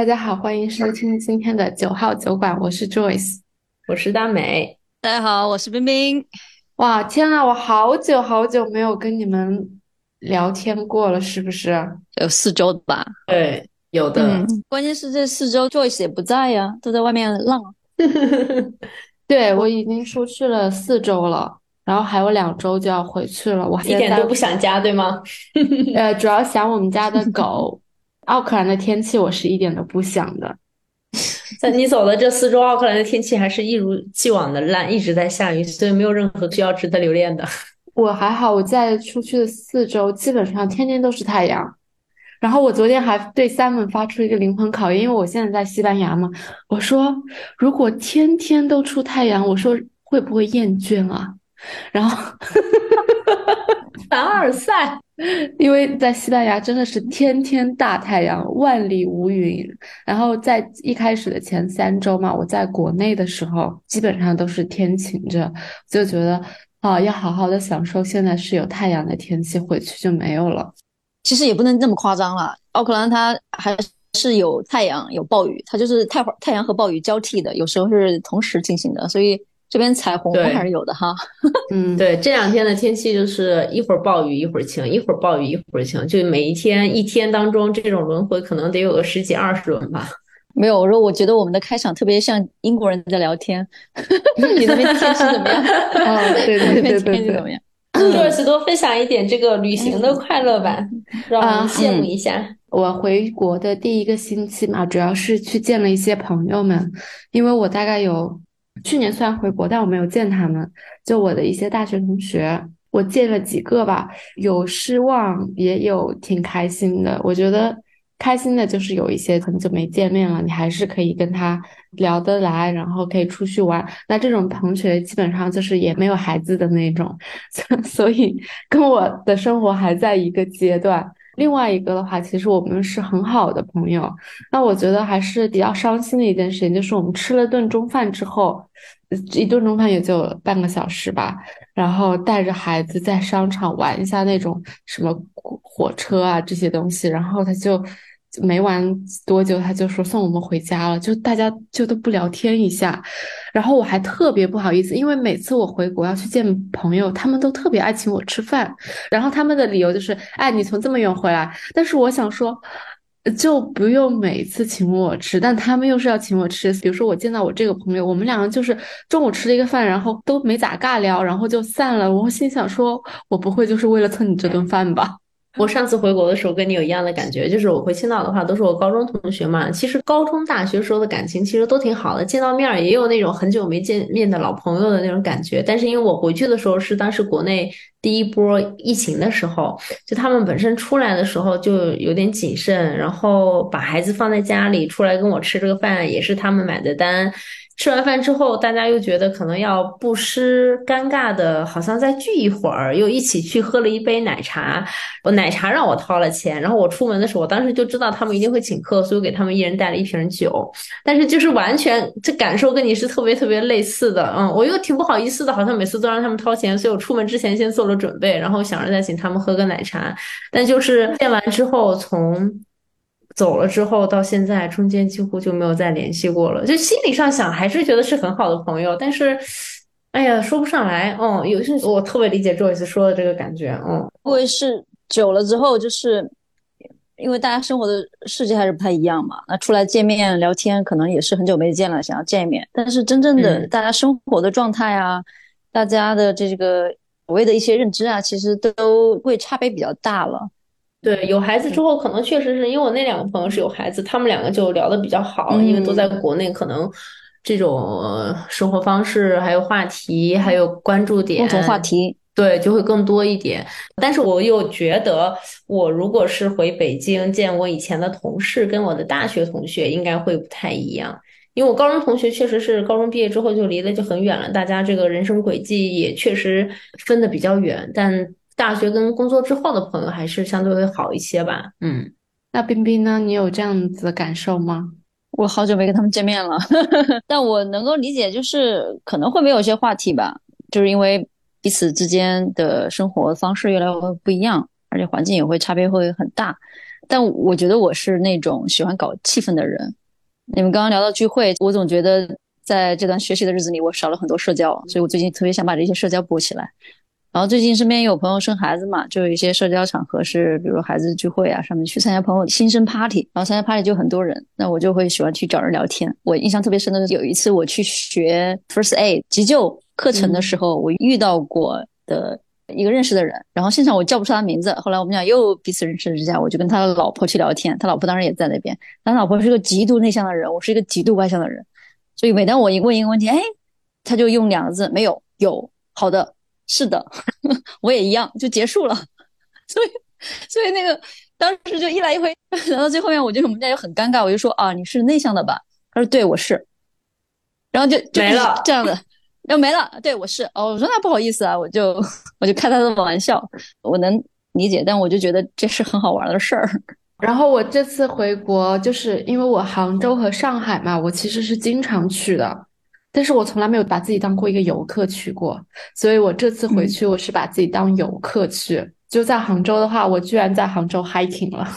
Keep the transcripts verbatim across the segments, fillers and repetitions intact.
大家好，欢迎收听今天的九号酒馆，我是 Joyce。 我是大美。 大家好，我是冰冰。 哇，天啊，我好久好久没有跟你们聊天过了，是不是？ 有四周的吧？ 对，有嗯， 的。 关键是这四周 Joyce 也不在呀，都在外面浪。 对，我已经出去了四周了，然后还有两周就要回去了。我一点都现在不想家，对吗？ 呃，主要想我们家的狗。奥克兰的天气我是一点都不想的。 在你走的这四周，奥克兰的天气还是一如既往的烂，一直在下雨，所以没有任何需要值得留恋的。 我还好，我在出去的四周基本上天天都是太阳。然后我昨天还对 Simon 发出一个灵魂考验，因为我现在在西班牙嘛。我说，如果天天都出太阳，我说会不会厌倦啊？然后， 凡尔赛。 因为在西班牙真的是天天大太阳，万里无云。然后在一开始的前三周嘛，我在国内的时候，基本上都是天晴着，就觉得啊，要好好的享受现在是有太阳的天气，回去就没有了。 其实也不能这么夸张了，奥克兰它还是有太阳有暴雨，它就是太太阳和暴雨交替的，有时候是同时进行的，所以这边彩虹还是对有的哈。 嗯。 对，这两天的天气就是一会儿暴雨，一会儿晴，一会儿暴雨，一会儿晴，就每一天一天当中这种轮回，可能得有个十几二十轮吧。 没有，我说我觉得我们的开场特别像英国人在聊天。你那边天气怎么样？ 哦，对你那边对对对对。 天气怎么样？嗯多尔斯多分享一点这个旅行的快乐吧，让我们啊， 羡慕嗯一下。 我回国的第一个星期嘛，主要是去见了一些朋友们，因为我大概有去年虽然回国，但我没有见他们，就我的一些大学同学，我见了几个吧，有失望，也有挺开心的。我觉得开心的就是有一些很久没见面了，你还是可以跟他聊得来，然后可以出去玩。那这种同学基本上就是也没有孩子的那种，所以跟我的生活还在一个阶段。另外一个的话，其实我们是很好的朋友。那我觉得还是比较伤心的一件事情，就是我们吃了顿中饭之后，呃一顿中饭也就半个小时吧，然后带着孩子在商场玩一下那种什么火车啊这些东西，然后他就就没玩多久，他就说送我们回家了，就大家就都不聊天一下。然后我还特别不好意思，因为每次我回国要去见朋友，他们都特别爱请我吃饭。然后他们的理由就是，哎，你从这么远回来，但是我想说，呃就不用每次请我吃，但他们又是要请我吃。比如说我见到我这个朋友，我们两个就是中午吃了一个饭，然后都没咋尬聊，然后就散了。我心想说，我不会就是为了蹭你这顿饭吧？ 我上次回国的时候跟你有一样的感觉，就是我回青岛的话都是我高中同学嘛。其实高中、大学时候的感情其实都挺好的，见到面儿也有那种很久没见面的老朋友的那种感觉。但是因为我回去的时候是当时国内第一波疫情的时候，就他们本身出来的时候就有点谨慎，然后把孩子放在家里，出来跟我吃这个饭也是他们买的单。吃完饭之后，大家又觉得可能要不失尴尬的，好像再聚一会儿，又一起去喝了一杯奶茶。我奶茶让我掏了钱，然后我出门的时候，我当时就知道他们一定会请客，所以我给他们一人带了一瓶酒。但是就是完全这感受跟你是特别特别类似的，嗯，我又挺不好意思的，好像每次都让他们掏钱，所以我出门之前先做了准备，然后想着再请他们喝个奶茶。但就是见完之后，从走了之后到现在，中间几乎就没有再联系过了。就心理上想，还是觉得是很好的朋友，但是，哎呀，说不上来。嗯，有些我特别理解 Joyce 说的这个感觉。嗯， 因为是久了之后，就是因为大家生活的世界还是不太一样嘛。那出来见面聊天，可能也是很久没见了，想要见一面。但是真正的嗯。 大家生活的状态啊，大家的这个所谓的一些认知啊，其实都会差别比较大了。 对，有孩子之后，可能确实是因为我那两个朋友是有孩子，他们两个就聊得比较好，因为都在嗯， 国内，可能这种呃生活方式、还有话题、还有关注共同话点， 题。 对，就会更多一点。但是我又觉得，我如果是回北京见我以前的同事，跟我的大学同学应该会不太一样。因为我高中同学确实是高中毕业之后就离得就很远了，大家这个人生轨迹也确实分得比较远。但大学跟工作之后的朋友还是相对会好一些吧。嗯。 那冰冰呢？你有这样子的感受吗？ 我好久没跟他们见面了，但我能够理解，就是可能会没有一些话题吧，就是因为彼此之间的生活方式越来越不一样，而且环境也会差别会很大。 但我觉得我是那种喜欢搞气氛的人。你们刚刚聊到聚会，我总觉得在这段学习的日子里，我少了很多社交，所以我最近特别想把这些社交补起来。然后最近身边有朋友生孩子嘛，就有一些社交场合是，比如孩子聚会啊，上面去参加朋友新生 party，然后参加 party 就很多人，那我就会喜欢去找人聊天。我印象特别深的是有一次我去学 first aid 急救课程的时候，我遇到过的一个认识的人，然后现场我叫不出他名字，后来我们俩又彼此认识之下，我就跟他的老婆去聊天，他老婆当然也在那边，他老婆是个极度内向的人，我是一个极度外向的人，所以每当我一问一个问题，哎，他就用两个字，没有，有，好的，是的，我也一样，就结束了。所以，所以那个当时就一来一回，聊到最后面，我就我们家就很尴尬，我就说啊，你是内向的吧？他说对，我是。然后就就没了这样的，然后没了。对，我是。哦，我说那不好意思啊，我就我就开他的玩笑，我能理解，但我就觉得这是很好玩的事儿。 然后我这次回国，就是因为我杭州和上海嘛，我其实是经常去的，但是我从来没有把自己当过一个游客去过，所以我这次回去，我是把自己当游客去。就在杭州的话，我居然在杭州 hiking 了。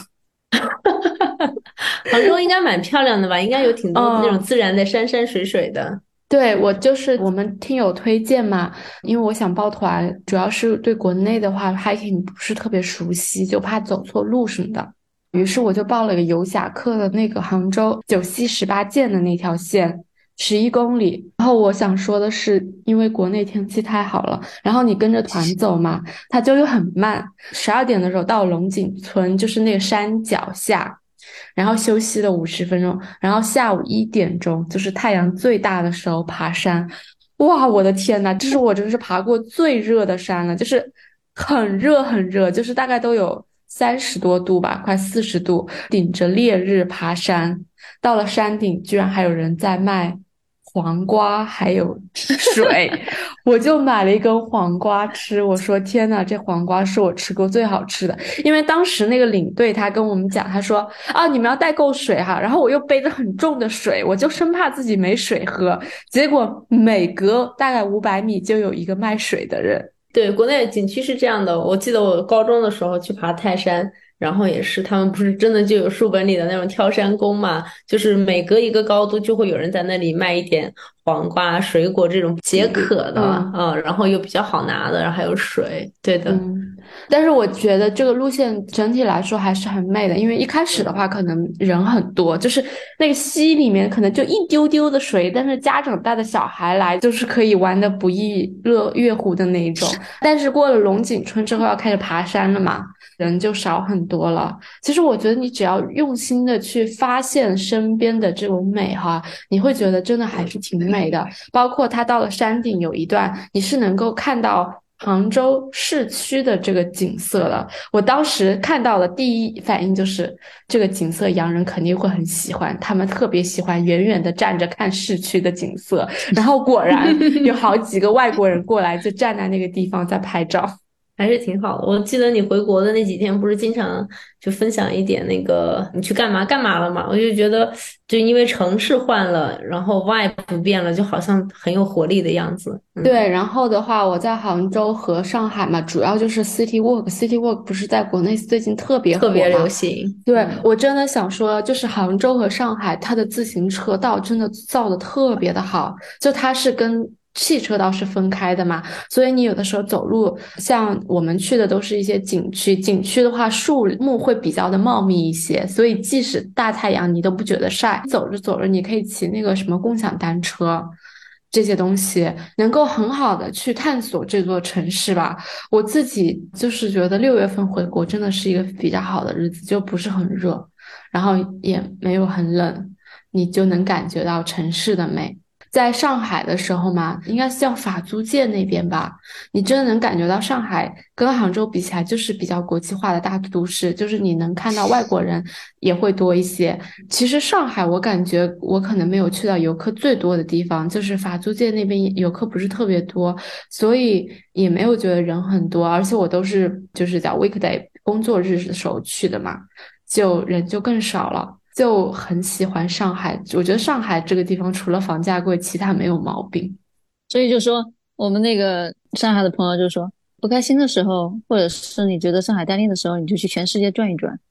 杭州应该蛮漂亮的吧？应该有挺多那种嗯， 自然的山山水水的。 对，我就是我们听友推荐嘛，因为我想报团，主要是对国内的话 hiking 不是特别熟悉，就怕走错路什么的。于是我就报了个游侠客的那个杭州九溪十八涧的那条线，十一公里。然后我想说的是，因为国内天气太好了，然后你跟着团走嘛，它就又很慢。十二点的时候到龙井村，就是那个山脚下。然后休息了五十分钟，然后下午一点钟就是太阳最大的时候爬山，哇，我的天呐，这是我真是爬过最热的山了，就是很热很热，就是大概都有三十多度吧，快四十度，顶着烈日爬山，到了山顶居然还有人在卖黄瓜，还有水，我就买了一根黄瓜吃。我说天呐，这黄瓜是我吃过最好吃的。因为当时那个领队他跟我们讲，他说啊，你们要带够水哈。然后我又背着很重的水，我就生怕自己没水喝。结果每隔大概五百米就有一个卖水的人。 对，国内景区是这样的。我记得我高中的时候去爬泰山，然后也是他们不是真的就有书本里的那种挑山工嘛，就是每隔一个高度就会有人在那里卖一点黄瓜、水果这种解渴的， 嗯嗯，然后又比较好拿的，然后还有水。对的。 嗯，但是我觉得这个路线整体来说还是很美的，因为一开始的话可能人很多，就是那个溪里面可能就一丢丢的水，但是家长带的小孩来就是可以玩的不亦乐乐乎的那一种。但是过了龙井村之后要开始爬山了嘛，人就少很多了。其实我觉得你只要用心的去发现身边的这种美哈，你会觉得真的还是挺美的。包括它到了山顶有一段，你是能够看到杭州市区的这个景色的。我当时看到的第一反应就是这个景色，洋人肯定会很喜欢，他们特别喜欢远远的站着看市区的景色。然后果然有好几个外国人过来，就站在那个地方在拍照。 还是挺好的。我记得你回国的那几天，不是经常就分享一点那个你去干嘛干嘛了嘛？我就觉得，就因为城市换了，然后 vibe 不变了，就好像很有活力的样子。嗯， 对，然后的话，我在杭州和上海嘛，主要就是 City Walk。City Walk 不是在国内最近特别特别流火吗？ 行。 对， 嗯。 我真的想说，就是杭州和上海，它的自行车道真的造的特别的好，就它是跟汽车道是分开的嘛，所以你有的时候走路，像我们去的都是一些景区，景区的话树木会比较的茂密一些，所以即使大太阳你都不觉得晒。走着走着，你可以骑那个什么共享单车。这些东西能够很好的去探索这座城市吧。我自己就是觉得六月份回国真的是一个比较好的日子，就不是很热，然后也没有很冷，你就能感觉到城市的美。在上海的时候嘛，应该是叫法租界那边吧，你真的能感觉到上海跟杭州比起来，就是比较国际化的大都市，就是你能看到外国人也会多一些。其实上海，我感觉我可能没有去到游客最多的地方，就是法租界那边游客不是特别多，所以也没有觉得人很多，而且我都是就是叫 weekday 工作日的时候去的嘛，就人就更少了。就很喜欢上海，我觉得上海这个地方除了房价贵，其他没有毛病。 所以就说我们那个上海的朋友就说，不开心的时候，或者是你觉得上海待腻的时候，你就去全世界转一转。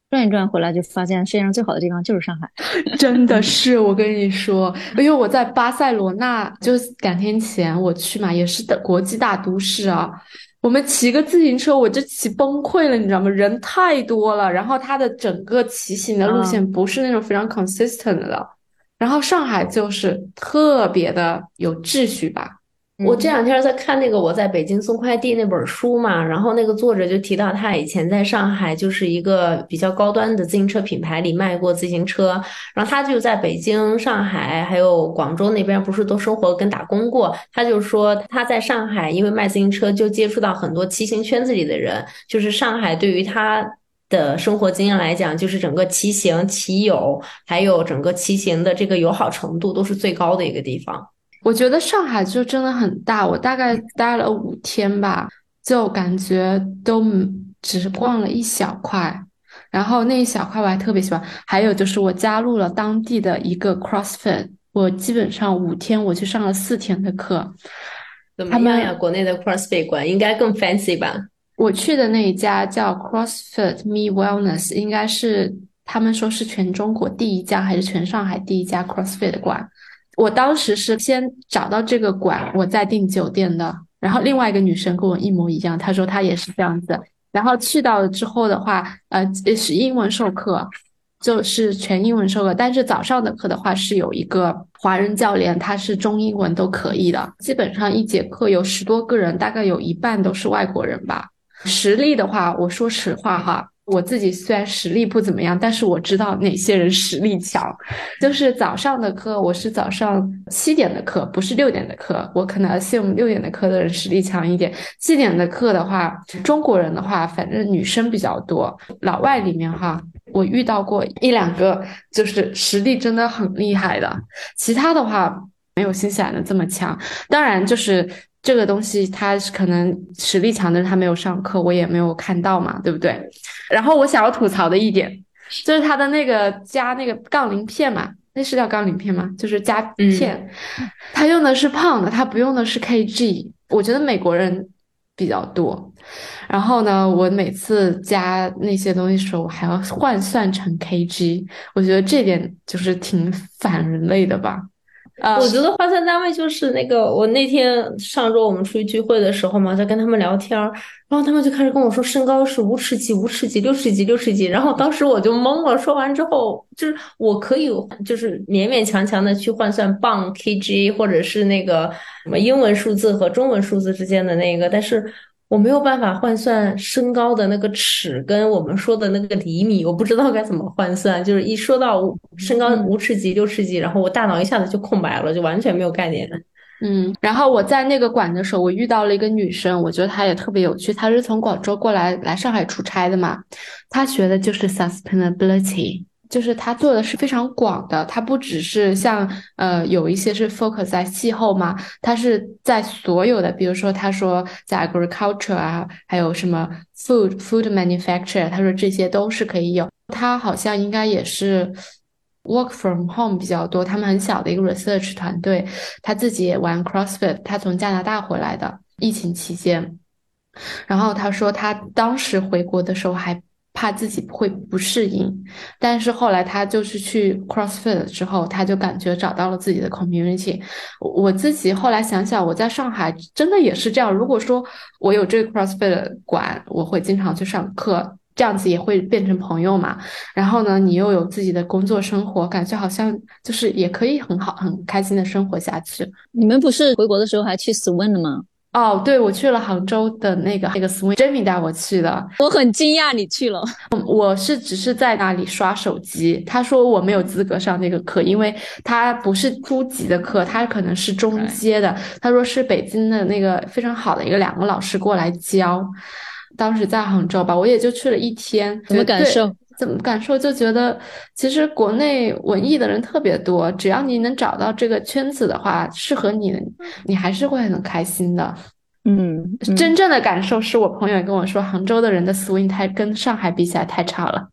转一转回来就发现世界上最好的地方就是上海。 真的是，我跟你说，因为我在巴塞罗那，就两天前我去嘛，也是的国际大都市啊。我们骑个自行车，我就骑崩溃了，你知道吗？人太多了，然后它的整个骑行的路线不是那种非常 consistent 的。然后上海就是特别的有秩序吧。 我这两天在看那个《我在北京送快递》那本书嘛，然后那个作者就提到他以前在上海就是一个比较高端的自行车品牌里卖过自行车，然后他就在北京、上海还有广州那边不是都生活跟打工过，他就说他在上海因为卖自行车就接触到很多骑行圈子里的人，就是上海对于他的生活经验来讲，就是整个骑行、骑友还有整个骑行的这个友好程度都是最高的一个地方。 我觉得上海就真的很大，我大概待了五天吧，就感觉都只逛了一小块，然后那一小块我还特别喜欢。还有就是我加入了当地的一个 CrossFit，我基本上五天我去上了四天的课。 怎么样呀？国内的 CrossFit 馆应该更 fancy 吧？ 我去的那一家叫 CrossFit Me Wellness，应该是他们说是全中国第一家还是全上海第一家 CrossFit 馆。我当时是先找到这个馆，我再订酒店的。然后另外一个女生跟我一模一样，她说她也是这样子。然后去到了之后的话，呃，是英文授课，就是全英文授课。但是早上的课的话是有一个华人教练，他是中英文都可以的。基本上一节课有十多个人，大概有一半都是外国人吧。实力的话，我说实话哈，我自己虽然实力不怎么样，但是我知道哪些人实力强。就是早上的课，我是早上七点的课，不是六点的课。我可能 assume 六点的课的人实力强一点。七点的课的话，中国人的话，反正女生比较多。老外里面哈，我遇到过一两个，就是实力真的很厉害的。其他的话，没有新西兰的这么强。当然，就是这个东西，他可能实力强的人他没有上课，我也没有看到嘛，对不对？然后我想要吐槽的一点，就是他的那个加那个杠铃片嘛，那是叫杠铃片吗？就是加片，嗯、他用的是磅的，他不用的是 K G。我觉得美国人比较多，然后呢，我每次加那些东西的时候，我还要换算成 K G，我觉得这点就是挺反人类的吧。 我觉得换算单位就是那个，我那天上周我们出去聚会的时候嘛，在跟他们聊天，然后他们就开始跟我说身高是五尺几、五尺几、六尺几、六尺几，然后当时我就懵了。说完之后，就是我可以就是勉勉强强的去换算磅、K G 或者是那个什么英文数字和中文数字之间的那个，但是我没有办法换算身高的那个尺跟我们说的那个厘米，我不知道该怎么换算。就是一说到身高五尺几、六尺几，然后我大脑一下子就空白了，就完全没有概念。 嗯，然后我在那个馆的时候，我遇到了一个女生，我觉得她也特别有趣。她是从广州过来来上海出差的嘛，她学的就是 sustainability。就是他做的是非常广的，他不只是像呃有一些是 focus 在气候嘛，他是在所有的，比如说他说在 agriculture 啊，还有什么 food food manufacture， 他说这些都是可以有。他好像应该也是 work from home 比较多，他们很小的一个 research 团队，他自己也玩 CrossFit， 他从加拿大回来的，疫情期间。然后他说他当时回国的时候还怕自己会不适应，但是后来他就是去 CrossFit 之后，他就感觉找到了自己的 community。我自己后来想想，我在上海真的也是这样。如果说我有这个 CrossFit 馆，我会经常去上课，这样子也会变成朋友嘛。然后呢，你又有自己的工作生活，感觉好像就是也可以很好、很开心的生活下去。 你们不是回国的时候还去 Swim 了吗？ 哦，对，我去了杭州的那个那个 swing，Jamie 带我去的。 我很惊讶你去了。 我是只是在那里刷手机。他说我没有资格上那个课，因为他不是初级的课，他可能是中阶的。他说是北京的那个非常好的一个两个老师过来教。当时在杭州吧，我也就去了一天。 怎么感受？ 怎么感受？就觉得其实国内文艺的人特别多，只要你能找到这个圈子的话，适合你，你还是会很开心的。 嗯，嗯真正的感受是我朋友跟我说，杭州的人的 swing 太跟上海比起来太差了。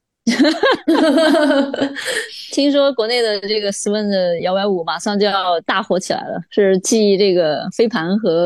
听说国内的这个 swing 的摇摆舞马上就要大火起来了，是继这个飞盘和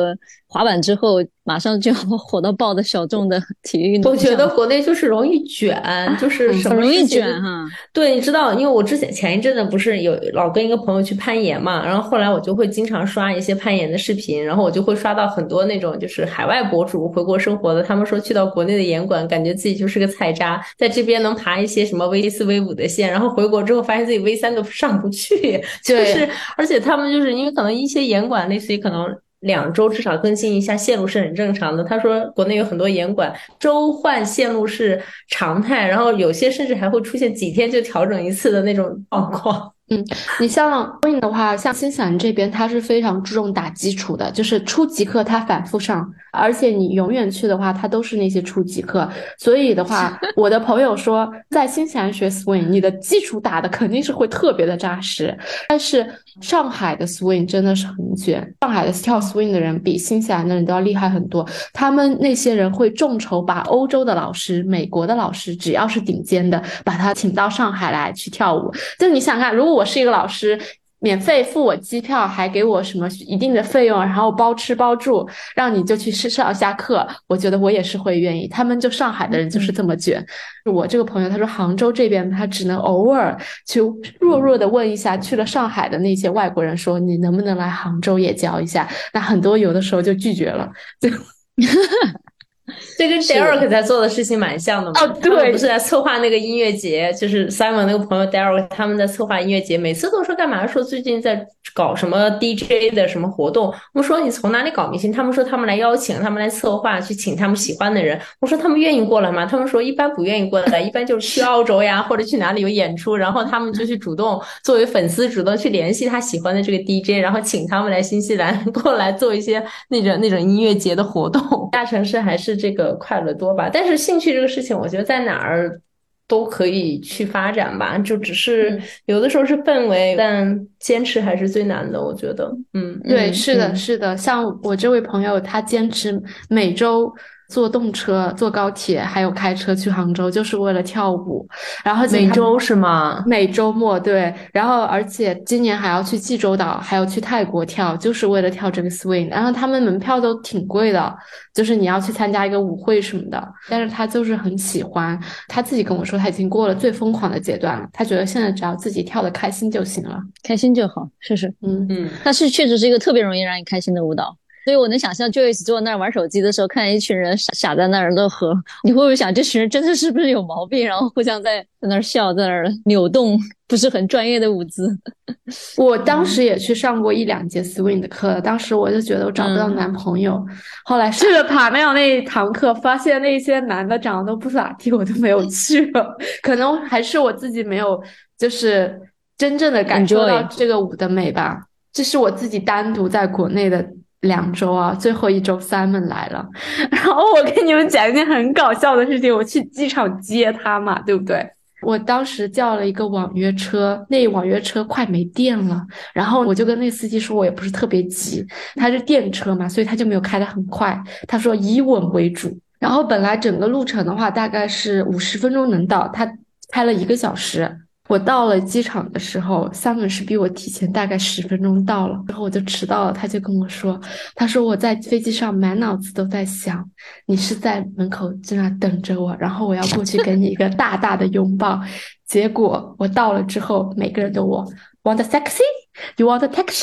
滑板之后马上就要火到爆的小众的体育运动。 我觉得国内就是容易卷，就是什么很容易事情卷哈。 对，你知道，因为我之前前一阵子不是有老跟一个朋友去攀岩嘛，然后后来我就会经常刷一些攀岩的视频，然后我就会刷到很多那种就是海外博主回国生活的，他们说去到国内的岩馆，感觉自己就是个菜渣，在这边能爬一些什么 V 四 V 五的线，然后回国之后发现自己 V 三都上不去，就是而且他们就是因为可能一些岩馆类似于可能两周至少更新一下线路是很正常的。他说国内有很多岩馆周换线路是常态，然后有些甚至还会出现几天就调整一次的那种状况。 嗯，你像 Swing 的话，像新西兰这边，它是非常注重打基础的，就是初级课它反复上，而且你永远去的话，它都是那些初级课。所以的话，我的朋友说，在新西兰学 Swing， 你的基础打的肯定是会特别的扎实。但是上海的 Swing 真的是很卷，上海的跳 Swing 的人比新西兰的人都要厉害很多。他们那些人会众筹把欧洲的老师、美国的老师，只要是顶尖的，把他请到上海来去跳舞。就你想看，如果我是一个老师，免费付我机票，还给我什么一定的费用，然后包吃包住，让你就去上一下课，我觉得我也是会愿意。他们就上海的人就是这么卷。嗯、我这个朋友他说，杭州这边他只能偶尔去弱弱的问一下去了上海的那些外国人说，你能不能来杭州也教一下？那很多有的时候就拒绝了。就这跟 Derek 在做的事情蛮像的嘛。 哦，对， 他们不是在策划那个音乐节，就是 Simon 那个朋友 Derek 他们在策划音乐节，每次都说干嘛，说最近在搞什么 D J 的什么活动。我说你从哪里搞明星？他们说他们来邀请，他们来策划，去请他们喜欢的人。我说他们愿意过来吗？他们说一般不愿意过来，一般就是去澳洲呀，或者去哪里有演出，然后他们就去主动作为粉丝主动去联系他喜欢的这个 D J， 然后请他们来新西兰过来做一些那种那种音乐节的活动。大城市还是这个快乐多吧，但是兴趣这个事情，我觉得在哪儿都可以去发展吧，就只是有的时候是氛围，但坚持还是最难的，我觉得。嗯， 对，是的，是的。像我这位朋友，他坚持每周坐动车、坐高铁，还有开车去杭州，就是为了跳舞。然后每周是吗？ 每周末，对。然后而且今年还要去济州岛，还要去泰国跳，就是为了跳这个 swing。然后他们门票都挺贵的，就是你要去参加一个舞会什么的。但是他就是很喜欢，他自己跟我说，他已经过了最疯狂的阶段了。他觉得现在只要自己跳得开心就行了， 开心就好，是是， 嗯嗯， 它是确实是一个特别容易让你开心的舞蹈。所以我能想象 Joyce 坐在那儿玩手机的时候，看见一群人傻傻在那儿乐呵，你会不会想这群人真的是不是有毛病，然后互相在在那儿笑，在那儿扭动不是很专业的舞姿？ 我当时也去上过一两节 swing 的课，当时我就觉得我找不到男朋友，嗯、后来去了塔庙那一堂课，发现那些男的长得都不咋地，我就没有去了。可能还是我自己没有，就是真正的感受到这个舞的美吧。这是我自己单独在国内的两周啊，最后一周 Simon 来了，然后我跟你们讲一件很搞笑的事情，我去机场接他嘛，对不对？我当时叫了一个网约车，那网约车快没电了，然后我就跟那司机说我也不是特别急，他是电车嘛，所以他就没有开得很快，他说以稳为主。然后本来整个路程的话大概是五十分钟能到，他开了一个小时。我到了机场的时候 Simon 是比我提前大概十分钟到了，然后我就迟到了，他就跟我说，他说我在飞机上满脑子都在想你是在门口在那等着我，然后我要过去给你一个大大的拥抱。结果我到了之后每个人都我 Want a taxi? You want a taxi?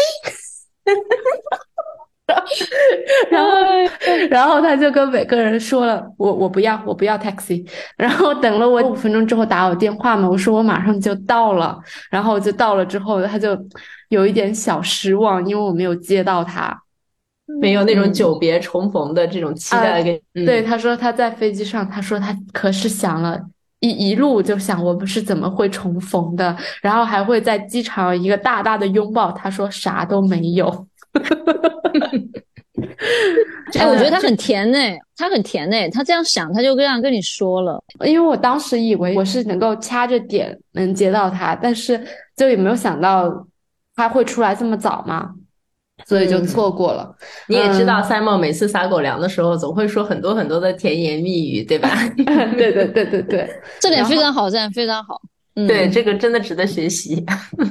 然后，然后他就跟每个人说了，我我不要，我不要 taxi。然后等了我五分钟之后打我电话嘛，我说我马上就到了。然后就到了之后，他就有一点小失望，因为我没有接到他， 没有那种久别重逢的这种期待给、 嗯嗯。对，他说他在飞机上，他说他可是想了一一路就想我们是怎么会重逢的，然后还会在机场一个大大的拥抱。他说啥都没有。 哎，我觉得他很甜呢、欸，他很甜呢、欸，他这样想，他就这样跟你说了。 因为我当时以为我是能够掐着点能接到他，但是就也没有想到他会出来这么早嘛，所以就错过了。嗯、 你也知道 ，Simon 每次撒狗粮的时候，总会说很多很多的甜言蜜语，对吧？ 对对对对对， 这点非常好，这点非常好。 嗯、对，这个真的值得学习。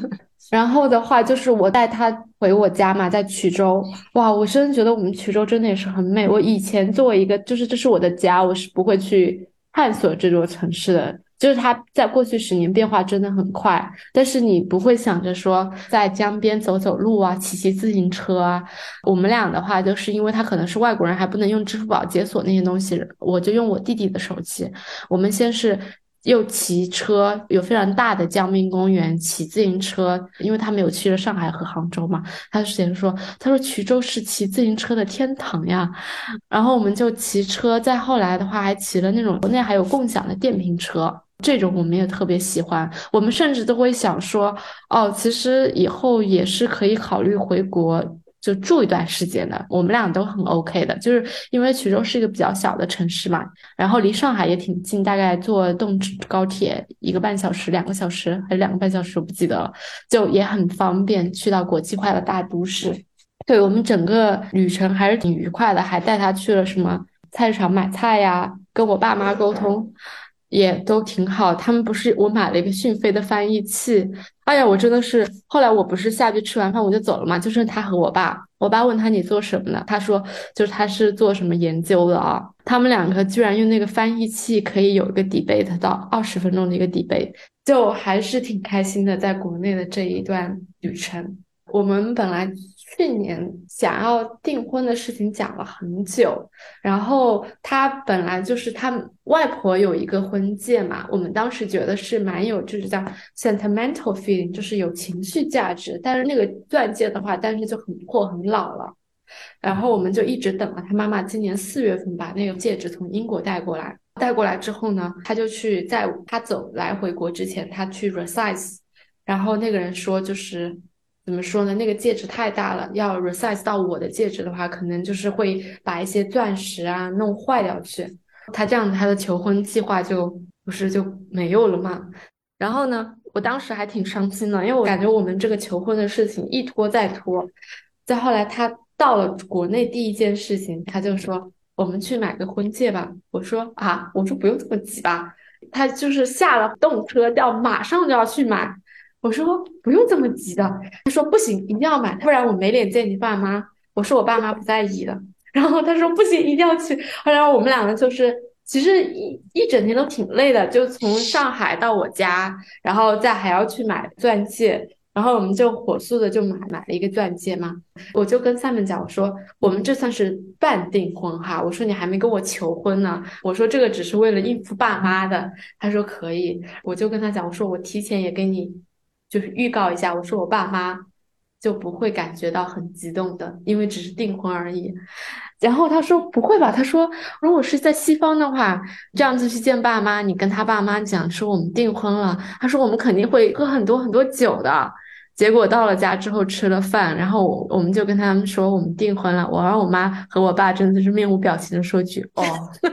然后的话就是我带他回我家嘛，在衢州，哇，我真的觉得我们衢州真的也是很美。我以前作为一个就是这是我的家，我是不会去探索这座城市的。就是它在过去十年变化真的很快，但是你不会想着说在江边走走路啊，骑骑自行车啊。我们俩的话，就是因为他可能是外国人，还不能用支付宝解锁那些东西，我就用我弟弟的手机。我们先是又骑车，有非常大的江滨公园，骑自行车，因为他没有去了上海和杭州嘛，他之前说，他说衢州是骑自行车的天堂呀。然后我们就骑车，再后来的话还骑了那种国内还有共享的电瓶车。这种我们也特别喜欢，我们甚至都会想说，哦，其实以后也是可以考虑回国就住一段时间的，我们俩都很 OK 的，就是因为衢州是一个比较小的城市嘛，然后离上海也挺近，大概坐动高铁一个半小时、两个小时还是两个半小时，我不记得了，就也很方便去到国际化的大都市。对，我们整个旅程还是挺愉快的，还带他去了什么菜市场买菜呀，跟我爸妈沟通也都挺好。他们不是我买了一个讯飞的翻译器，哎呀，我真的是后来我不是下去吃完饭我就走了嘛，就剩他和我爸。我爸问他你做什么呢？他说就是他是做什么研究的啊。他们两个居然用那个翻译器可以有一个 debate 到二十分钟的一个 debate，就还是挺开心的，在国内的这一段旅程。我们本来去年想要订婚的事情讲了很久，然后他本来就是他外婆有一个婚戒嘛，我们当时觉得是蛮有就是叫 sentimental feeling，就是有情绪价值，但是那个钻戒的话，但是就很破很老了，然后我们就一直等了他妈妈今年四月份把那个戒指从英国带过来，带过来之后呢，他就去在他走来回国之前，他去 resize， 然后那个人说就是怎么说呢？那个戒指太大了，要 resize 到我的戒指的话，可能就是会把一些钻石啊弄坏掉去。他这样子，他的求婚计划就不是就没有了嘛。然后呢，我当时还挺伤心的，因为我感觉我们这个求婚的事情一拖再拖。再后来，他到了国内第一件事情，他就说我们去买个婚戒吧。我说啊，我说不用这么急吧。他就是下了动车，要马上就要去买。我说不用这么急的，他说不行，一定要买，不然我没脸见你爸妈。我说我爸妈不在意的，然后他说不行，一定要去。后来我们两个就是其实一一整天都挺累的，就从上海到我家，然后再还要去买钻戒，然后我们就火速的就买买了一个钻戒嘛。我就跟 Simon 讲，我说我们这算是半订婚哈，我说你还没跟我求婚呢，我说这个只是为了应付爸妈的。他说可以，我就跟他讲，我说我提前也给你就是预告一下，我说我爸妈就不会感觉到很激动的，因为只是订婚而已。然后他说不会吧，他说如果是在西方的话，这样子去见爸妈，你跟他爸妈讲说我们订婚了，他说我们肯定会喝很多很多酒的。结果到了家之后吃了饭，然后我我们就跟他们说我们订婚了，我让我妈和我爸真的是面无表情的说句哦。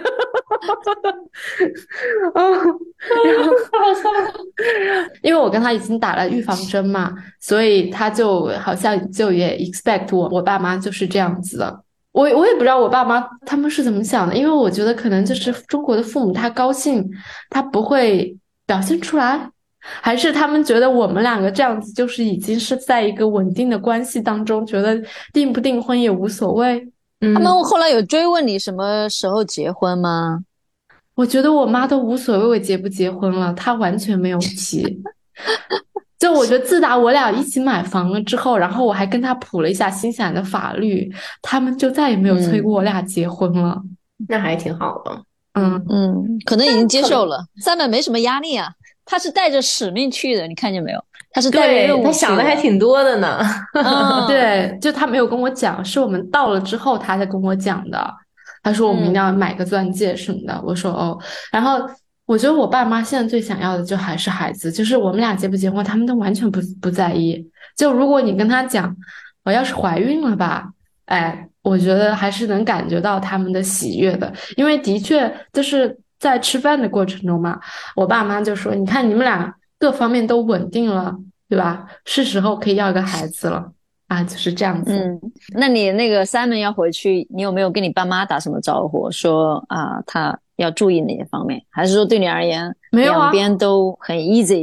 哦，然后因为我跟他已经打了预防针嘛，所以他就好像就也 expect 我我爸妈就是这样子的。我我也不知道我爸妈他们是怎么想的，因为我觉得可能就是中国的父母他高兴他不会表现出来，还是他们觉得我们两个这样子就是已经是在一个稳定的关系当中，觉得订不订婚也无所谓。 他们嗯， 后来有追问你什么时候结婚吗？ 我觉得我妈都无所谓我结不结婚了，她完全没有提。就我觉得自打我俩一起买房了之后，然后我还跟她普了一下新西兰的法律，他们就再也没有催过嗯我俩结婚了。 那还挺好的。 嗯， 嗯，可能已经接可能受了。三本没什么压力啊，他是带着使命去的，你看见没有？他是带着对， 任务他想的去的。 还挺多的呢。 嗯对，就他没有跟我讲，是我们到了之后他才跟我讲的。他说我们一定要嗯买个钻戒什么的，我说哦。然后我觉得我爸妈现在最想要的就还是孩子，就是我们俩结不结婚，他们都完全不不在意。就如果你跟他讲，我要是怀孕了吧，哎，我觉得还是能感觉到他们的喜悦的，因为的确就是在吃饭的过程中嘛，我爸妈就说，你看你们俩各方面都稳定了，对吧？是时候可以要个孩子了啊，就是这样子。 嗯，那你那个 Simon 要回去，你有没有跟你爸妈打什么招呼，说啊他要注意哪些方面，还是说对你而言没有啊， 两边都很 easy，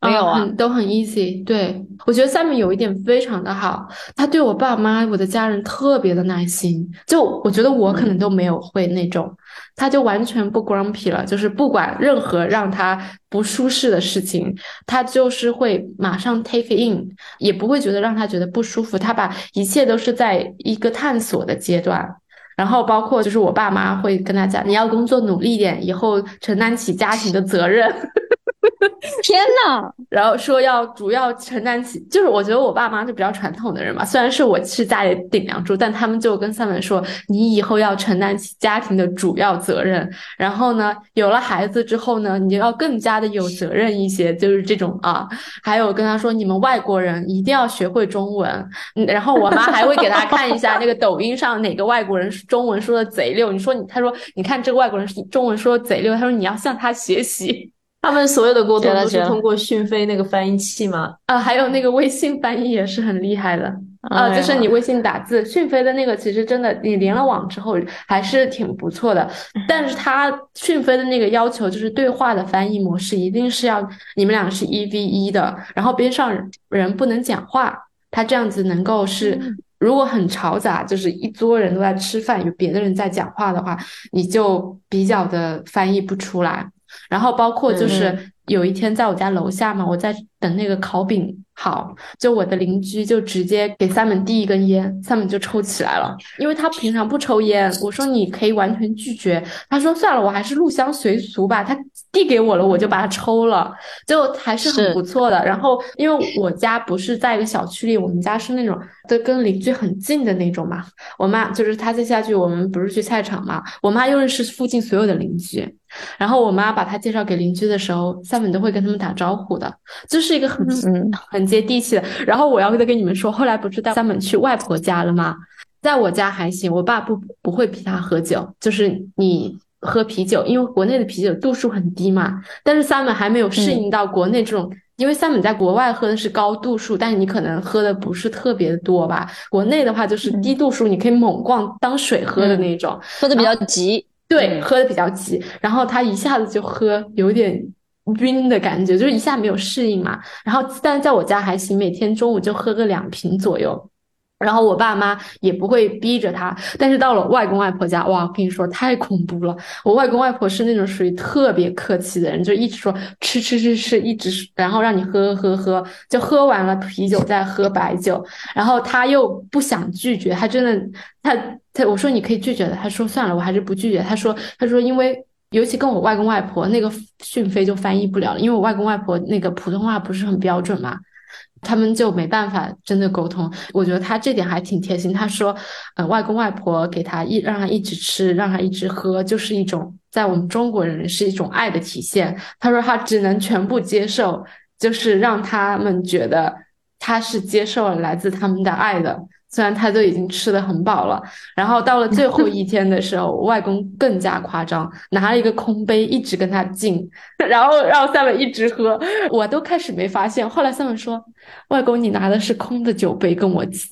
没有啊， 很都很 easy。对，我觉得 Simon 有一点非常的好，他对我爸妈、我的家人特别的耐心。就我觉得我可能都没有会那种，他就完全不 grumpy 了，就是不管任何让他不舒适的事情，他就是会马上 take in，也不会觉得让他觉得不舒服。他把一切都是在一个探索的阶段。然后包括就是我爸妈会跟他讲，你要工作努力一点，以后承担起家庭的责任。 天呐， 然后说要主要承担起，就是我觉得我爸妈是比较传统的人嘛，虽然是我是家里顶梁柱，但他们就跟 Simon 说，你以后要承担起家庭的主要责任。然后呢，有了孩子之后呢，你就要更加的有责任一些，就是这种啊。还有跟他说，你们外国人一定要学会中文。嗯，然后我妈还会给他看一下那个抖音上哪个外国人中文说的贼溜，你说你，他说你看这个外国人中文说的贼溜，他说你要向他学习。 他们所有的沟通都是觉得觉得通过讯飞那个翻译器吗？ 啊，还有那个微信翻译也是很厉害的啊， 哎呀， 就是你微信打字，讯飞的那个其实真的，你连了网之后还是挺不错的。但是它讯飞的那个要求就是对话的翻译模式一定是要你们俩是一 v 一的，然后边上人不能讲话，他这样子能够是。如果很嘈杂，就是一桌人都在吃饭，有别的人在讲话的话，你就比较的翻译不出来。然后包括就是嗯有一天在我家楼下嘛，我在等那个烤饼好，就我的邻居就直接给 Simon 递一根烟，Simon 就抽起来了，因为他平常不抽烟。我说你可以完全拒绝，他说算了，我还是入乡随俗吧。他递给我了，我就把它抽了，就还是很不错的。然后因为我家不是在一个小区里，我们家是那种就跟邻居很近的那种嘛。我妈就是他再下去，我们不是去菜场嘛，我妈又认识附近所有的邻居。然后我妈把他介绍给邻居的时候，Simon都会跟他们打招呼的，就是一个很嗯很接地气的。然后我要再跟你们说，后来不是带 Simon 去外婆家了吗？在我家还行，我爸不不会逼他喝酒，就是你喝啤酒，因为国内的啤酒度数很低嘛。但是 Simon 还没有适应到国内这种。因为 Simon 在国外喝的是高度数，但是你可能喝的不是特别多吧。国内的话就是低度数，你可以猛灌当水喝的那种， 喝的比较急。 对，喝的比较急，然后他一下子就喝有点晕的感觉，就是一下没有适应嘛。然后，但是在我家还行，每天中午就喝个两瓶左右。然后我爸妈也不会逼着他，但是到了外公外婆家，哇，我跟你说太恐怖了。我外公外婆是那种属于特别客气的人，就一直说吃吃吃吃，一直然后让你喝喝喝，就喝完了啤酒再喝白酒，然后他又不想拒绝，他真的他他我说你可以拒绝的，他说算了，我还是不拒绝。他说他说因为。尤其跟我外公外婆那个讯飞就翻译不了了，因为我外公外婆那个普通话不是很标准嘛，他们就没办法真的沟通。我觉得他这点还挺贴心。他说，呃，外公外婆给他一让他一直吃，让他一直喝，就是一种在我们中国人是一种爱的体现。他说他只能全部接受，就是让他们觉得他是接受了来自他们的爱的。虽然他都已经吃得很饱了，然后到了最后一天的时候，我外公更加夸张，拿了一个空杯一直跟他敬，然后让 Simon 一直喝，我都开始没发现，后来 Simon 说：“外公，你拿的是空的酒杯跟我敬。”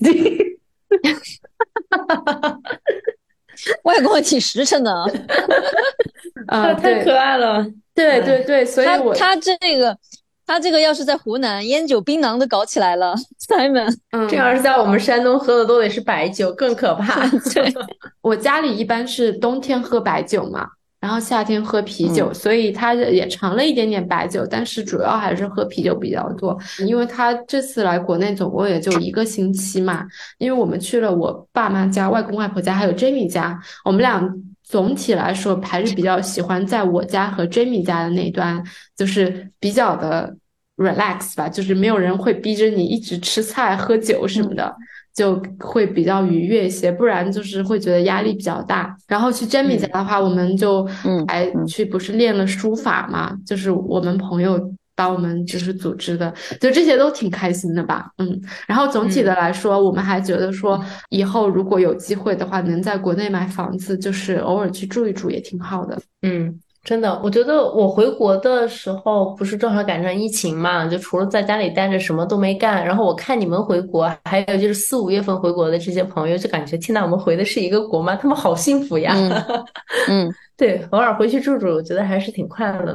外公挺实诚的啊， 啊， 太可爱了。 对对对，所以我他他这个他这个要是在湖南，烟酒槟榔都搞起来了，Simon， 嗯， 这要是在我们山东喝的都得是白酒，更可怕。 对， 我家里一般是冬天喝白酒嘛，然后夏天喝啤酒， 嗯所以他也尝了一点点白酒，但是主要还是喝啤酒比较多。因为他这次来国内总共也就一个星期嘛，因为我们去了我爸妈家、外公外婆家还有 Jamie 家，我们俩总体来说还是比较喜欢在我家和 Jamie 家的那端，就是比较的 relax 吧，就是没有人会逼着你一直吃菜喝酒什么的。嗯，就会比较愉悦一些，不然就是会觉得压力比较大。然后去 Jamie 家的话，我们就还去不是练了书法嘛，就是我们朋友把我们就是组织的，就这些都挺开心的吧。嗯，然后总体的来说，我们还觉得说以后如果有机会的话，能在国内买房子，就是偶尔去住一住也挺好的。 嗯。真的，我觉得我回国的时候不是正好赶上疫情嘛，就除了在家里待着什么都没干。然后我看你们回国，还有就是四五月份回国的这些朋友，就感觉天呐，我们回的是一个国吗？他们好幸福呀！ 嗯，嗯对，偶尔回去住住，我觉得还是挺快乐的。就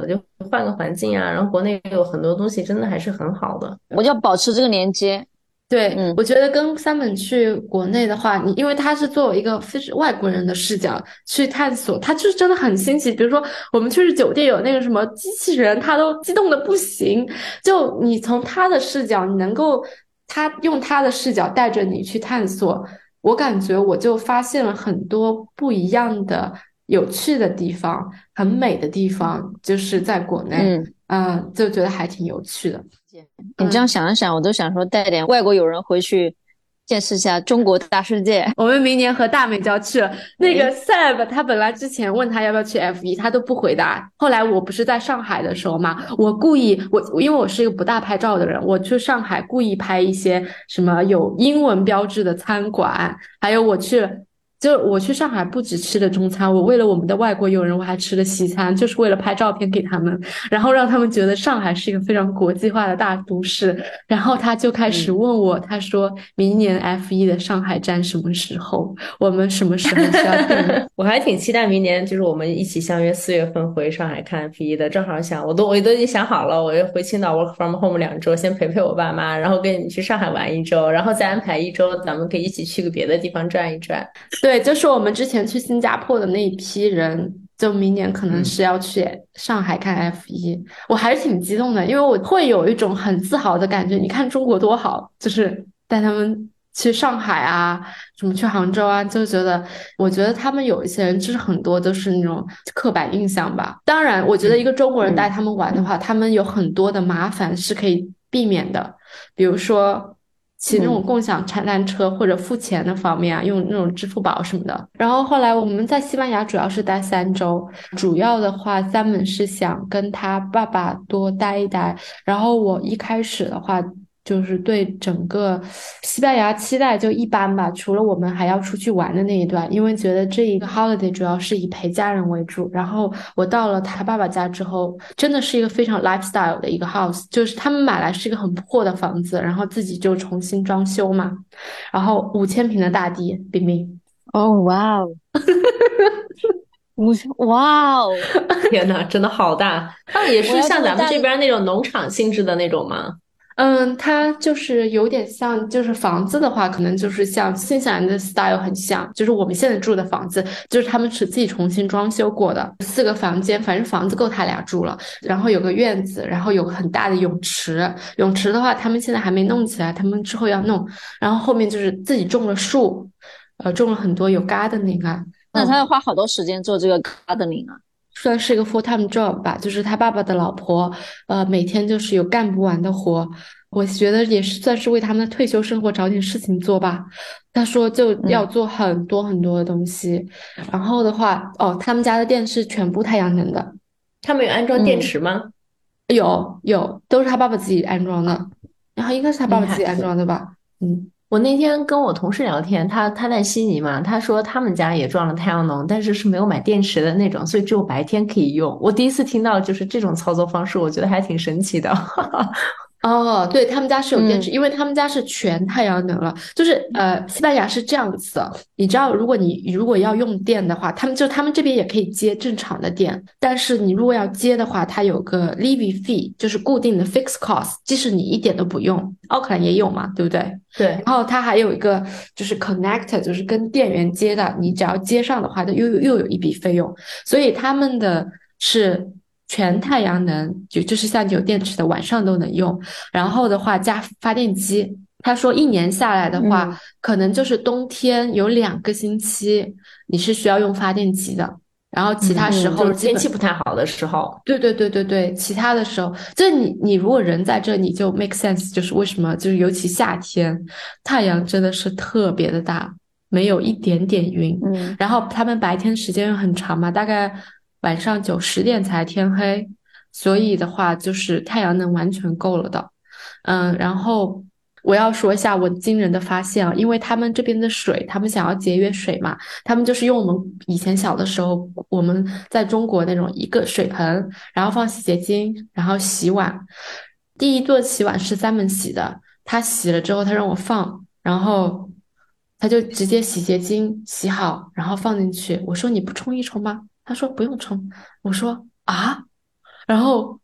换个环境啊，然后国内有很多东西真的还是很好的。 我就要保持这个连接。 对， 嗯我觉得跟三本去国内的话，你因为他是作为一个非是外国人的视角去探索，他就是真的很新奇。比如说，我们去酒店有那个什么机器人，他都激动的不行。就你从他的视角，你能够他用他的视角带着你去探索，我感觉我就发现了很多不一样的有趣的地方，很美的地方，就是在国内， 嗯， 嗯，就觉得还挺有趣的。 你这样嗯。 想一想，我都想说带点外国友人回去见识一下中国大世界。 我们明年和大美就要去了。那个哎， Seb，他本来之前问他要不要去 F 一，他都不回答。后来我不是在上海的时候嘛，我故意我因为我是一个不大拍照的人，我去上海故意拍一些什么有英文标志的餐馆，还有我去。就我去上海不只吃了中餐，我为了我们的外国友人，我还吃了西餐，就是为了拍照片给他们，然后让他们觉得上海是一个非常国际化的大都市。然后他就开始嗯， 问我，他说明年 F 一的上海站什么时候？我们什么时候需要订？ 我还挺期待明年，就是我们一起相约四月份回上海看 F 一的。正好想，我都我都已经想好了，我要回青岛 work from home 两周，先陪陪我爸妈，然后跟你们去上海玩一周，然后再安排一周，咱们可以一起去个别的地方转一转。 对，就是我们之前去新加坡的那一批人，就明年可能嗯。 是要去上海看 F 一，我还是挺激动的，因为我会有一种很自豪的感觉。你看中国多好，就是带他们去上海啊，什么去杭州啊，就觉得，我觉得他们有一些人就是很多都是那种刻板印象吧。当然，我觉得一个中国人带嗯他们玩的话，他们有很多的麻烦是可以避免的，比如说。骑那种嗯共享单单车或者付钱的方面啊，用那种支付宝什么的。然后后来我们在西班牙主要是待三周，主要的话三本是想跟他爸爸多待一待。然后我一开始的话。就是对整个西班牙期待就一般吧，除了我们还要出去玩的那一段，因为觉得这一个 holiday 主要是以陪家人为主。然后我到了他爸爸家之后，真的是一个非常 lifestyle 的一个 house，就是他们买来是一个很破的房子，然后自己就重新装修嘛，然后五千平的大地，冰冰。 哦，哇哦，我哇哦， 天呐，真的好大！它也我要这是像咱们么大的。 这边那种农场性质的那种吗？ 嗯，它就是有点像，就是房子的话，可能就是像新西兰的 style 很像，就是我们现在住的房子，就是他们是自己重新装修过的，四个房间，反正房子够他俩住了，然后有个院子，然后有个很大的泳池，泳池的话他们现在还没弄起来，他们之后要弄，然后后面就是自己种了树，呃，种了很多有 gardening 啊。 那他嗯， 要花好多时间做这个 gardening 啊。 算是一个 full time job 吧，就是他爸爸的老婆，呃，每天就是有干不完的活。我觉得也是算是为他们的退休生活找点事情做吧。他说就要嗯做很多很多的东西，然后的话，哦，他们家的电是全部太阳能的， 他们有安装电嗯， 池吗？ 有有都是他爸爸自己安装的，然后应该是他爸爸自己厉害！ 安装的吧，嗯。 我那天跟我同事聊天，他他在悉尼嘛，他说他们家也装了太阳能，但是是没有买电池的那种，所以只有白天可以用。我第一次听到就是这种操作方式，我觉得还挺神奇的。 哦，对，他们家是有电池， 嗯因为他们家是全太阳能了。就是呃，西班牙是这样子的，你知道，如果你如果要用电的话，他们就他们这边也可以接正常的电，但是你如果要接的话，它有个 levy fee，就是固定的 fixed cost，即使你一点都不用，奥克兰也有嘛，对不对？ 对， 然后它还有一个就是 connector，就是跟电源接的，你只要接上的话，它又又又有一笔费用，所以他们的是全太阳能，就就是像有电池的晚上都能用。然后的话加发电机，他说一年下来的话， 嗯可能就是冬天有两个星期你是需要用发电机的，然后其他时嗯，就是天候基本气不太好的时候。 对对对对对，其他的时候，就是你你如果人在这，你就 make sense，就是为什么就是尤其夏天，太阳真的是特别的大，没有一点点云， 嗯， 然后他们白天时间又很长嘛，大概晚上九十点才天黑，所以的话就是太阳能完全够了的。嗯，然后我要说一下我惊人的发现啊，因为他们这边的水，他们想要节约水嘛，他们就是用我们以前小的时候，我们在中国那种一个水盆，然后放洗洁精，然后洗碗。第一顿洗碗是三门洗的，他洗了之后他让我放，然后他就直接洗洁精洗好，然后放进去。我说你不冲一冲吗？他说不用冲。我说啊。然后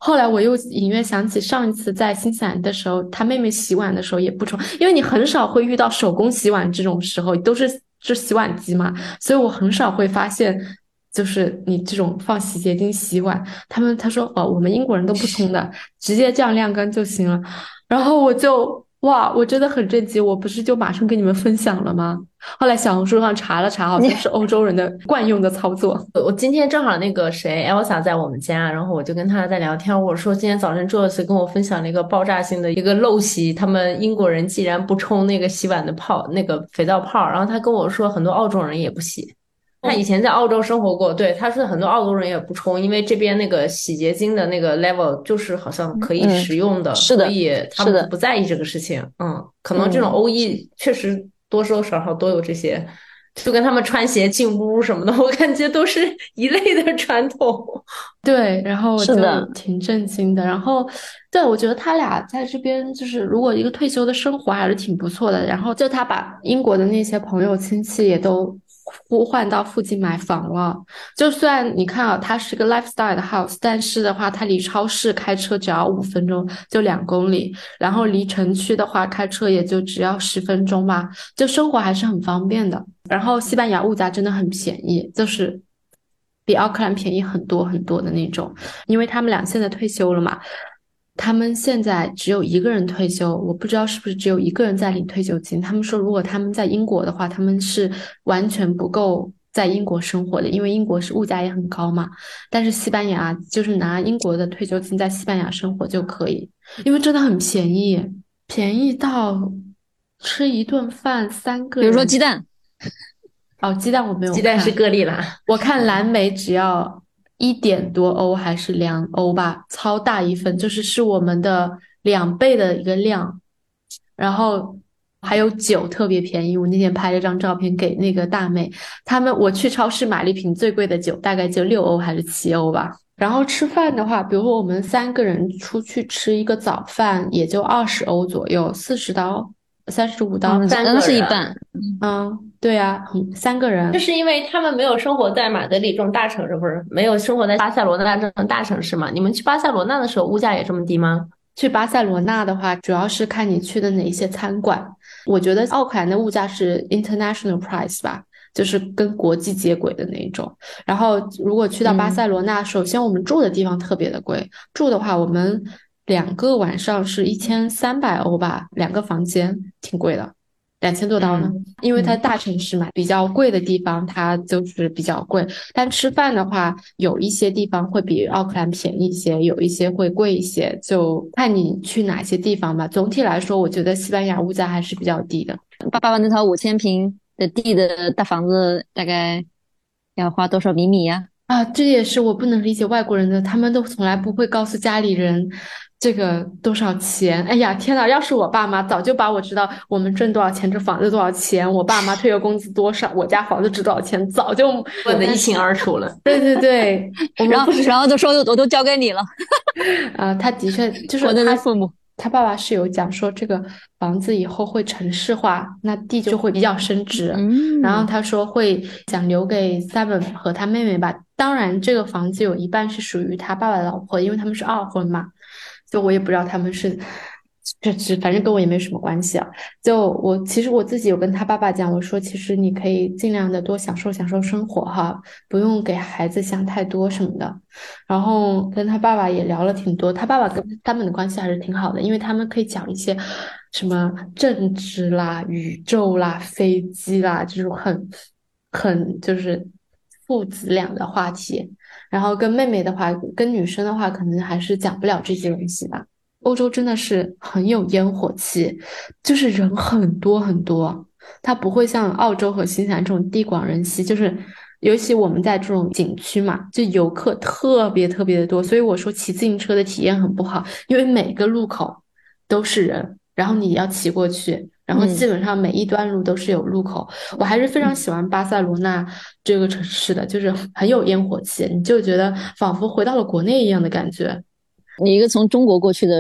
后来我又隐约想起上一次在新西兰的时候，他妹妹洗碗的时候也不冲，因为你很少会遇到手工洗碗这种时候，都是是洗碗机嘛，所以我很少会发现，就是你这种放洗洁精洗碗，他们他说哦，我们英国人都不冲的，直接这样晾干就行了。然后我就哇，我真的很震惊，我不是就马上跟你们分享了吗？后来小红书上查了查，好像是欧洲人的惯用的操作。 我今天正好那个谁，Elsa 在我们家，然后我就跟她在聊天。我说今天早晨 Joyce 跟我分享了一个爆炸性的一个陋习，他们英国人既然不冲那个洗碗的泡，那个肥皂泡，然后他跟我说很多澳洲人也不洗。他以前在澳洲生活过，对，他说很多澳洲人也不冲，因为这边那个洗洁精的那个 level 就是好像可以食用的， 嗯、是的， 所以他们不在意这个事情。嗯，可能这种欧裔确实多多少少都有这些。就跟他们穿鞋进屋什么的，我感觉都是一类的传统。 对，然后我就挺震惊的。然后，对，我觉得他俩在这边就是，如果一个退休的生活还是挺不错的。然后，就他把英国的那些朋友亲戚也都呼唤到附近买房了。就虽然你看啊，它是个 lifestyle 的 house，但是的话，它离超市开车只要五分钟，就两公里。然后离城区的话，开车也就只要十分钟吧，就生活还是很方便的。然后西班牙物价真的很便宜，就是比奥克兰便宜很多很多的那种。因为他们俩现在退休了嘛，他们现在只有一个人退休，我不知道是不是只有一个人在领退休金。他们说如果他们在英国的话，他们是完全不够在英国生活的，因为英国是物价也很高嘛。但是西班牙就是拿英国的退休金在西班牙生活就可以，因为真的很便宜，便宜到吃一顿饭三个人， 比如说鸡蛋。 哦，鸡蛋我没有看， 鸡蛋是个例啦。 我看蓝莓只要一点多欧还是两欧吧，超大一份，就是是我们的两倍的一个量。然后还有酒特别便宜，我那天拍了张照片给那个大妹，他们我去超市买了一瓶最贵的酒，大概就六欧还是七欧吧。然后吃饭的话，比如说我们三个人出去吃一个早饭，也就二十欧左右，四十刀。三十五刀， 三个是一半。 嗯，对啊，三个人， 就是因为他们没有生活在马德里这种大城市，不是没有生活在巴塞罗那这种大城市嘛？你们去巴塞罗那的时候，物价也这么低吗？ 去巴塞罗那的话，主要是看你去的哪一些餐馆。我觉得奥克兰的物价是 international price 吧，就是跟国际接轨的那一种。然后如果去到巴塞罗那，嗯、首先我们住的地方特别的贵，住的话我们。两个晚上是一千三百欧吧，两个房间挺贵的，两千多刀呢。嗯、因为它大城市嘛，比较贵的地方它就是比较贵。但吃饭的话，有一些地方会比奥克兰便宜一些，有一些会贵一些，就看你去哪些地方吧。总体来说，我觉得西班牙物价还是比较低的。 爸爸那套五千平的地的大房子，大概要花多少厘米呀？ 啊，这也是我不能理解外国人的，他们都从来不会告诉家里人这个多少钱。哎呀，天哪！要是我爸妈早就把我知道我们挣多少钱，这房子多少钱，我爸妈退休工资多少，我家房子值多少钱，早就问得一清二楚了。 对对对， 然后然后就说我都交给你了。 啊，他的确就是我的父母。 他爸爸是有讲说，这个房子以后会城市化，那地就会比较升值。 嗯， 然后他说会想留给 Simon 和他妹妹吧。当然，这个房子有一半是属于他爸爸的老婆，因为他们是二婚嘛。就我也不知道他们是，这这反正跟我也没什么关系啊。就我其实我自己有跟他爸爸讲，我说其实你可以尽量的多享受享受生活哈，不用给孩子想太多什么的。然后跟他爸爸也聊了挺多，他爸爸跟他们的关系还是挺好的，因为他们可以讲一些什么政治啦、宇宙啦、飞机啦这种很很就是父子俩的话题。然后跟妹妹的话，跟女生的话，可能还是讲不了这些东西吧。欧洲真的是很有烟火气，就是人很多很多，它不会像澳洲和新西兰这种地广人稀，就是尤其我们在这种景区嘛，就游客特别特别的多，所以我说骑自行车的体验很不好，因为每个路口都是人，然后你要骑过去。然后基本上每一段路都是有路口，嗯、我还是非常喜欢巴塞罗那这个城市的，就是很有烟火气，你就觉得仿佛回到了国内一样的感觉。 你一个从中国过去的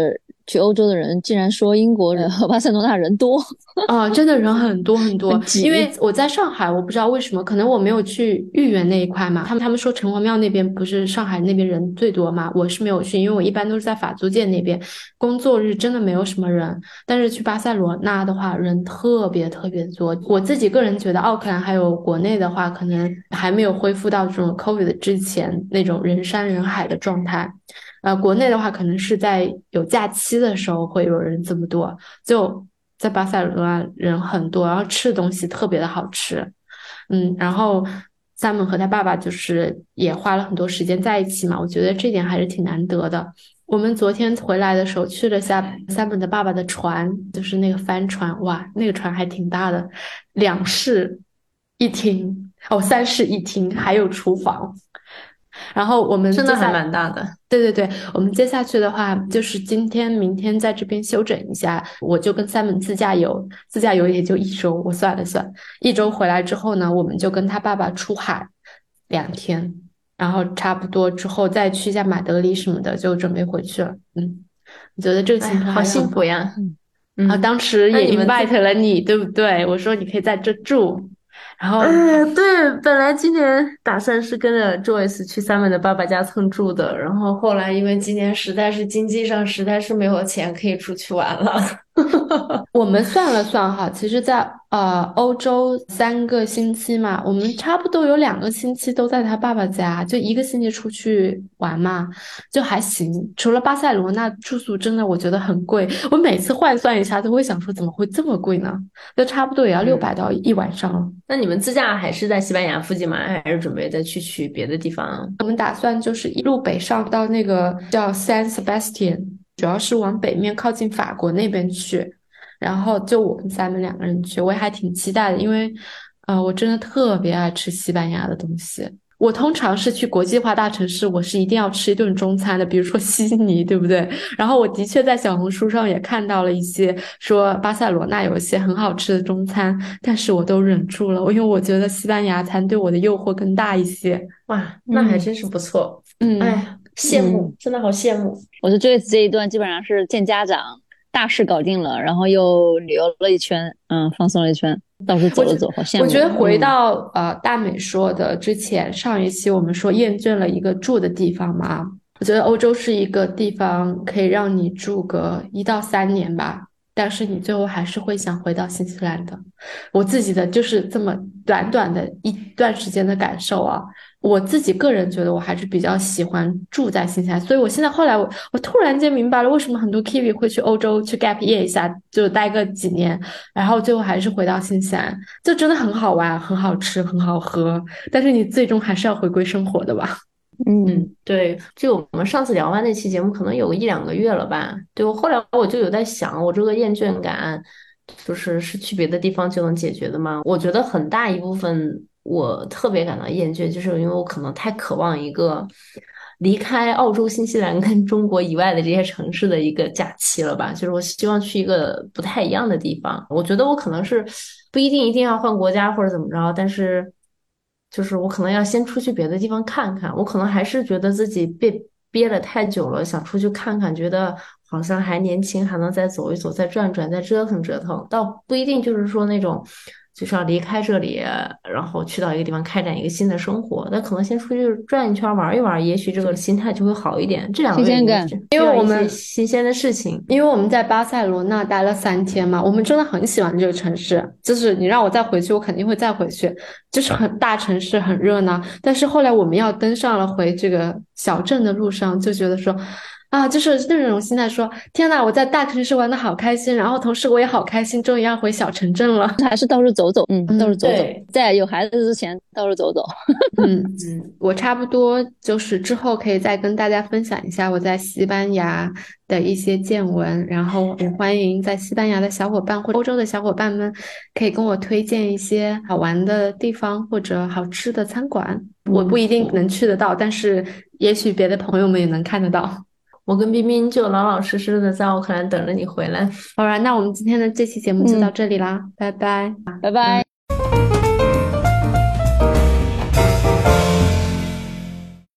去欧洲的人竟然说英国人和巴塞罗那人多。 哦，真的人很多很多很，挤因为我在上海，我不知道为什么，可能我没有去豫园那一块嘛。他们他们说城隍庙那边不是上海那边人最多嘛，我是没有去，因为我一般都是在法租界那边，工作日真的没有什么人。但是去巴塞罗那的话，人特别特别多。我自己个人觉得，奥克兰还有国内的话，可能还没有恢复到这种 COVID 之前那种人山人海的状态。呃，国内的话，可能是在有假期的时候会有人这么多。就在巴塞罗那人很多，然后吃的东西特别的好吃，嗯，然后 Simon 和他爸爸就是也花了很多时间在一起嘛，我觉得这点还是挺难得的。我们昨天回来的时候去了下 Simon 的爸爸的船，就是那个帆船，哇，那个船还挺大的，两室一厅，哦，三室一厅，还有厨房。然后我们真的还接下蛮大的。 对对对，我们接下去的话，就是今天、明天在这边休整一下，我就跟 Simon 自驾游，自驾游也就一周，我算了算，一周回来之后呢，我们就跟他爸爸出海两天，然后差不多之后再去一下马德里什么的，就准备回去了。嗯，我觉得这个哎， 行程好还是很棒。 幸福呀。 嗯， 然后嗯， 当时也那你们自 invite 了你，对不对？我说你可以在这住，然后哎，对，本来今年打算是跟着 Joyce 去 Simon 的爸爸家蹭住的，然后后来因为今年实在是经济上实在是没有钱可以出去玩了。 我们算了算哈，其实在，呃欧洲三个星期嘛，我们差不多有两个星期都在他爸爸家，就一个星期出去玩嘛，就还行。除了巴塞罗那住宿真的我觉得很贵，我每次换算一下都会想说怎么会这么贵呢？就差不多也要六百嗯， 到一晚上了。 那你们自驾还是在西班牙附近吗？还是准备再去去别的地方？ 我们打算就是一路北上到那个叫 San Sebastian，主要是往北面靠近法国那边去，然后就我们三们两个人去，我也还挺期待的，因为，呃，我真的特别爱吃西班牙的东西。我通常是去国际化大城市，我是一定要吃一顿中餐的，比如说悉尼，对不对？然后我的确在小红书上也看到了一些说巴塞罗那有一些很好吃的中餐，但是我都忍住了，因为我觉得西班牙餐对我的诱惑更大一些。 哇，那还嗯真是不错。哎嗯。 呀，羡嗯， 慕，真的好羡慕。 我是这这一段基本上是见家长，大事搞定了，然后又旅游了一圈，嗯，放松了一圈，到处我觉走了走，好羡我觉得慕。 回嗯到呃大美说的之前上一期我们说验证了一个住的地方嘛，我觉得欧洲是一个地方可以让你住个一到三年吧，但是你最后还是会想回到新西兰的。我自己的就是这么短短的一段时间的感受啊，我自己个人觉得我还是比较喜欢住在新西兰，所以我现在后来我我突然间明白了为什么很多 Kiwi 会去欧洲去 gap year 一下，就待个几年，然后最后还是回到新西兰，就真的很好玩、很好吃、很好喝，但是你最终还是要回归生活的吧。 嗯， 嗯，对，就我们上次聊完那期节目，可能有个一两个月了吧。对，我后来我就有在想，我这个厌倦感，就是是去别的地方就能解决的吗？我觉得很大一部分我特别感到厌倦，就是因为我可能太渴望一个离开澳洲、新西兰跟中国以外的这些城市的一个假期了吧。就是我希望去一个不太一样的地方。我觉得我可能是不一定一定要换国家或者怎么着，但是。就是我可能要先出去别的地方看看，我可能还是觉得自己被憋了太久了，想出去看看，觉得好像还年轻，还能再走一走，再转转，再折腾折腾，倒不一定就是说那种就是要离开这里，然后去到一个地方开展一个新的生活，那可能先出去转一圈玩一玩，也许这个心态就会好一点。这两个月新鲜感。 你需需要一些新鲜的事情。 因为我们在巴塞罗那待了三天嘛，我们真的很喜欢这个城市。就是你让我再回去，我肯定会再回去。就是很大城市，很热闹。但是后来我们要登上了回这个小镇的路上，就觉得说，啊，就是那种心态说，天呐，我在大城市玩的好开心，然后同时我也好开心，终于要回小城镇了。 还是到处走走，嗯，到处嗯， 走走， 对， 在有孩子之前到处走走。 嗯， 嗯， 我差不多就是之后可以再跟大家分享一下我在西班牙的一些见闻，然后也欢迎在西班牙的小伙伴或者欧洲的小伙伴们可以跟我推荐一些好玩的地方或者好吃的餐馆。我不嗯， 一定能去得到，但是也许别的朋友们也能看得到。 我跟冰冰就老老实实的在奥克兰等着你回来。 好了，那我们今天的这期节目就到嗯， 这里啦，拜拜。 拜拜。